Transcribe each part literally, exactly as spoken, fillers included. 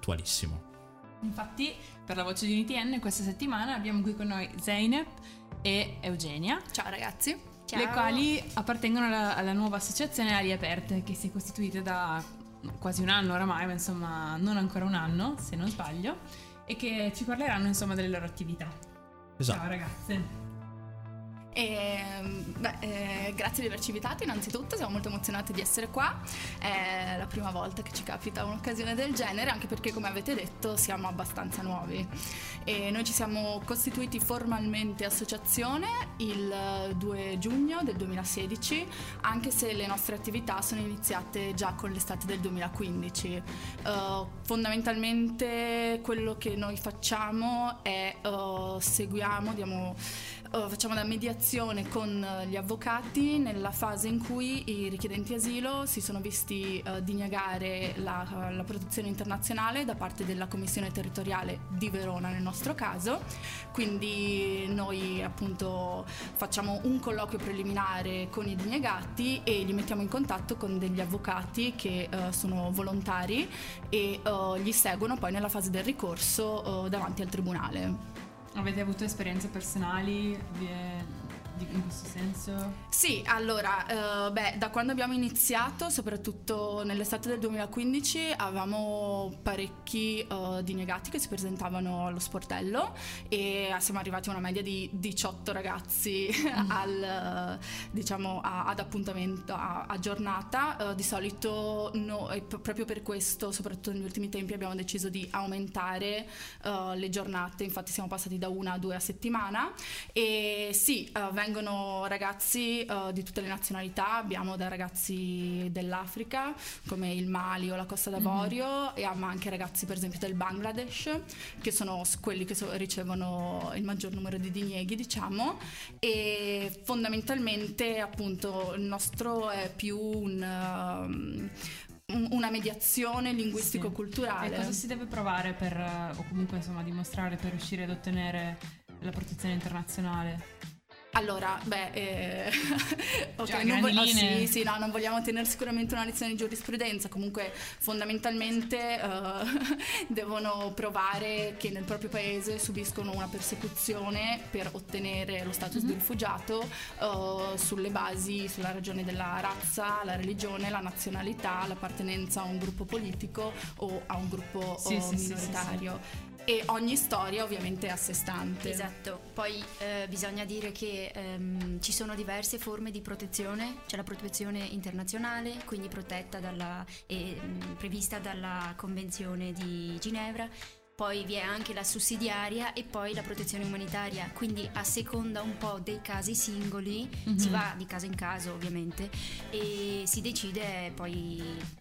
attualissimo. Infatti, per la Voce di Unity N questa settimana abbiamo qui con noi Zeynep e Eugenia. Ciao ragazzi. Ciao. Le quali appartengono alla, alla nuova associazione Ali Aperte, che si è costituita da quasi un anno oramai, ma insomma non ancora un anno, se non sbaglio, e che ci parleranno insomma delle loro attività. Esatto. Ciao ragazze. E, beh, eh, grazie di averci invitato innanzitutto, siamo molto emozionati di essere qua, è la prima volta che ci capita un'occasione del genere, anche perché come avete detto siamo abbastanza nuovi e noi ci siamo costituiti formalmente associazione il due giugno del duemilasedici, anche se le nostre attività sono iniziate già con l'estate del duemilaquindici. Uh, fondamentalmente quello che noi facciamo è uh, seguiamo, diamo Uh, facciamo da mediazione con uh, gli avvocati nella fase in cui i richiedenti asilo si sono visti uh, diniegare la, uh, la protezione internazionale da parte della Commissione Territoriale di Verona nel nostro caso. Quindi noi appunto facciamo un colloquio preliminare con i diniegati e li mettiamo in contatto con degli avvocati che uh, sono volontari e uh, gli seguono poi nella fase del ricorso uh, davanti al tribunale. Avete avuto esperienze personali di, di, in questo senso? Sì, allora, eh, beh, da quando abbiamo iniziato, soprattutto nell'estate del duemilaquindici, avevamo parecchi eh, diniegati che si presentavano allo sportello e siamo arrivati a una media di diciotto ragazzi mm. al, diciamo, a, ad appuntamento, a, a giornata. Eh, di solito, no, e p- proprio per questo, soprattutto negli ultimi tempi, abbiamo deciso di aumentare eh, le giornate, infatti siamo passati da una a due a settimana e sì, uh, vengono ragazzi uh, di tutte le nazionalità, abbiamo da ragazzi dell'Africa come il Mali o la Costa d'Avorio mm-hmm. e ma anche ragazzi per esempio del Bangladesh che sono quelli che so- ricevono il maggior numero di dinieghi, diciamo, e fondamentalmente appunto il nostro è più un... Um, una mediazione linguistico-culturale. Sì. E cosa si deve provare per, o comunque insomma dimostrare per riuscire ad ottenere la protezione internazionale? Allora, beh, eh, okay, non, vo- oh, sì, sì, no, non vogliamo tenere sicuramente una lezione di giurisprudenza, comunque fondamentalmente eh, devono provare che nel proprio paese subiscono una persecuzione per ottenere lo status mm-hmm. di rifugiato eh, sulle basi, sulla ragione della razza, la religione, la nazionalità, l'appartenenza a un gruppo politico o a un gruppo sì, oh, sì, minoritario. Sì, sì, sì. E ogni storia ovviamente è a sé stante. Esatto, poi eh, bisogna dire che ehm, ci sono diverse forme di protezione, c'è la protezione internazionale, quindi protetta dalla, eh, prevista dalla Convenzione di Ginevra, poi vi è anche la sussidiaria e poi la protezione umanitaria, quindi a seconda un po' dei casi singoli mm-hmm. si va di caso in caso ovviamente e si decide poi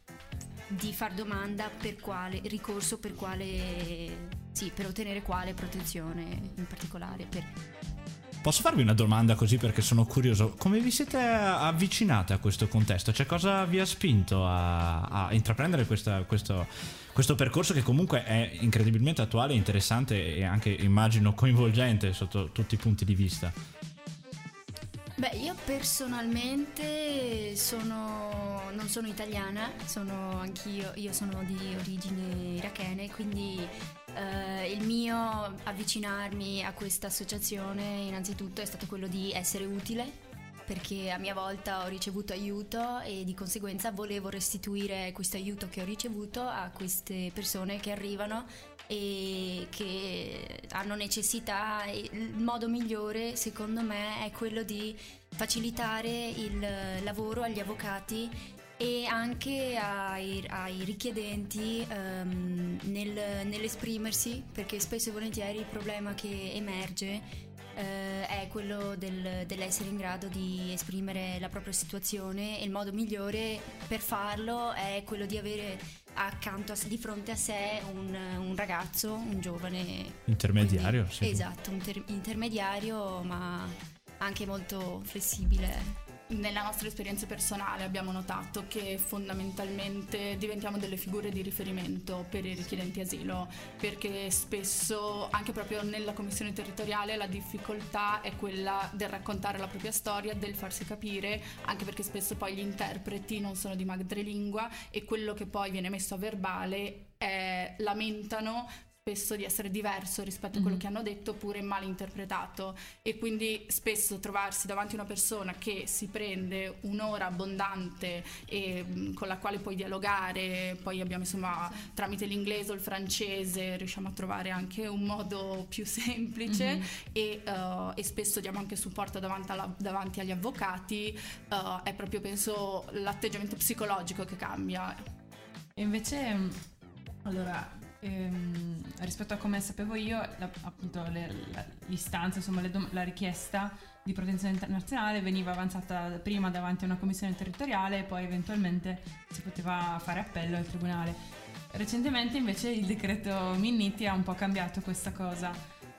di far domanda per quale ricorso, per quale sì, per ottenere quale protezione in particolare. Per... Posso farvi una domanda così perché sono curioso? Come vi siete avvicinate a questo contesto? Cioè cosa vi ha spinto a, a intraprendere questa, questo, questo percorso che comunque è incredibilmente attuale, interessante e anche immagino coinvolgente sotto tutti i punti di vista? Beh, io personalmente sono non sono italiana, sono anch'io, io sono di origine irachene, quindi eh, il mio avvicinarmi a questa associazione innanzitutto è stato quello di essere utile, perché a mia volta ho ricevuto aiuto e di conseguenza volevo restituire questo aiuto che ho ricevuto a queste persone che arrivano e che hanno necessità. Il modo migliore secondo me è quello di facilitare il lavoro agli avvocati e anche ai, ai richiedenti um, nel, nell'esprimersi, perché spesso e volentieri il problema che emerge Uh, è quello del, dell'essere in grado di esprimere la propria situazione e il modo migliore per farlo è quello di avere accanto a, di fronte a sé un, un ragazzo, un giovane intermediario, quindi, sì. Esatto, un ter- intermediario ma anche molto flessibile. nella nostra esperienza personale abbiamo notato che fondamentalmente diventiamo delle figure di riferimento per i richiedenti asilo, perché spesso anche proprio nella commissione territoriale la difficoltà è quella del raccontare la propria storia, del farsi capire, anche perché spesso poi gli interpreti non sono di madrelingua e quello che poi viene messo a verbale è, lamentano spesso di essere diverso rispetto a quello mm-hmm. che hanno detto, oppure mal interpretato, e quindi spesso trovarsi davanti a una persona che si prende un'ora abbondante e mh, con la quale puoi dialogare, poi abbiamo insomma sì. tramite l'inglese o il francese riusciamo a trovare anche un modo più semplice mm-hmm. e, uh, e spesso diamo anche supporto davanti, alla, davanti agli avvocati, uh, è proprio penso l'atteggiamento psicologico che cambia. E invece allora Ehm, rispetto a come sapevo io, la, appunto le, la, l'istanza, insomma le dom- la richiesta di protezione internazionale veniva avanzata prima davanti a una commissione territoriale e poi eventualmente si poteva fare appello al tribunale. Recentemente invece il decreto Minniti ha un po' cambiato questa cosa,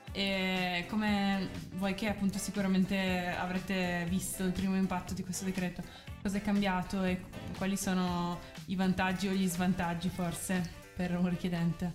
e come voi che appunto sicuramente avrete visto il primo impatto di questo decreto, cosa è cambiato e quali sono i vantaggi o gli svantaggi forse per un richiedente?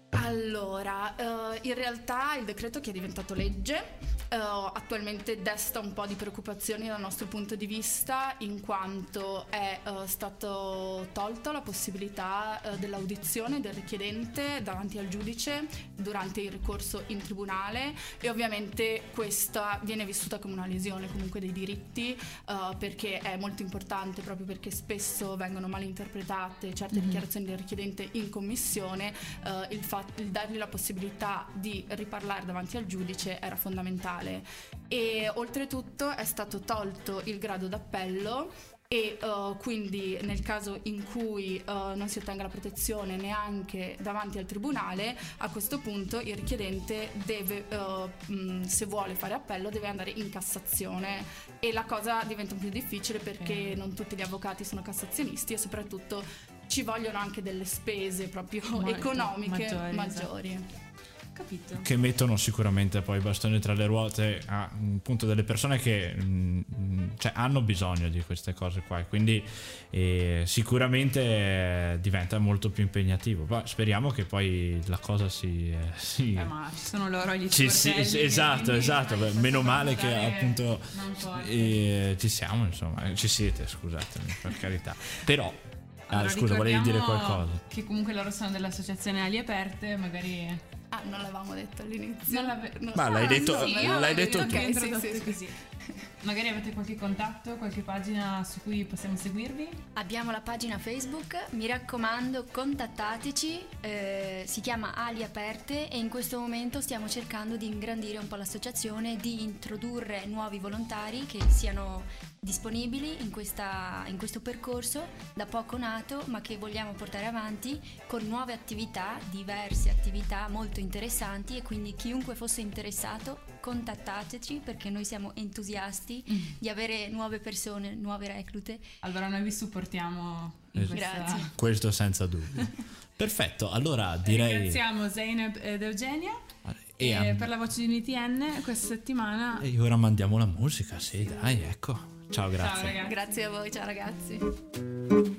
Allora, uh, in realtà il decreto che è diventato legge uh, attualmente desta un po' di preoccupazioni dal nostro punto di vista, in quanto è uh, stato tolto la possibilità uh, dell'audizione del richiedente davanti al giudice durante il ricorso in tribunale, e ovviamente questa viene vissuta come una lesione comunque dei diritti, uh, perché è molto importante, proprio perché spesso vengono malinterpretate certe mm-hmm. dichiarazioni del richiedente in commissione. uh, il fatto il dargli la possibilità di riparlare davanti al giudice era fondamentale, e oltretutto è stato tolto il grado d'appello, e uh, quindi nel caso in cui uh, non si ottenga la protezione neanche davanti al tribunale, a questo punto il richiedente deve, uh, mh, se vuole fare appello, deve andare in Cassazione, e la cosa diventa più difficile perché non tutti gli avvocati sono cassazionisti e soprattutto ci vogliono anche delle spese proprio Molto, economiche maggiori, maggiori. Esatto. Capito. Che mettono sicuramente poi bastoni tra le ruote a appunto delle persone che mh, cioè, hanno bisogno di queste cose qua, e quindi eh, sicuramente eh, diventa molto più impegnativo. Poi speriamo che poi la cosa si, eh, si... Eh, ma ci sono loro gli ci, sì, esatto, esatto. Beh, meno male che appunto eh, ci siamo, insomma, ci siete, scusatemi, per carità. Però allora, ah, scusa, volevi dire qualcosa? Che comunque loro sono dell'associazione Ali Aperte, magari. Ah, non l'avevamo detto all'inizio. Non l'ave... non Ma l'hai detto, sì, l'hai detto tu. Okay, sì, sì, sì. Così. Magari avete qualche contatto, qualche pagina su cui possiamo seguirvi? Abbiamo la pagina Facebook, mi raccomando contattateci, eh, si chiama Ali Aperte, e in questo momento stiamo cercando di ingrandire un po' l'associazione, di introdurre nuovi volontari che siano disponibili in, questa, in questo percorso da poco nato, ma che vogliamo portare avanti con nuove attività, diverse attività molto interessanti, e quindi chiunque fosse interessato contattateci, perché noi siamo entusiasti mm. di avere nuove persone, nuove reclute. Allora noi vi supportiamo in es- questa... Grazie. Questo senza dubbio. Perfetto, allora direi... Ringraziamo Zeynep ed Eugenia e, e um... per la voce di N T N questa settimana. E ora mandiamo la musica, sì, dai, ecco. Ciao, grazie. Ciao, ragazzi. Grazie a voi, ciao ragazzi.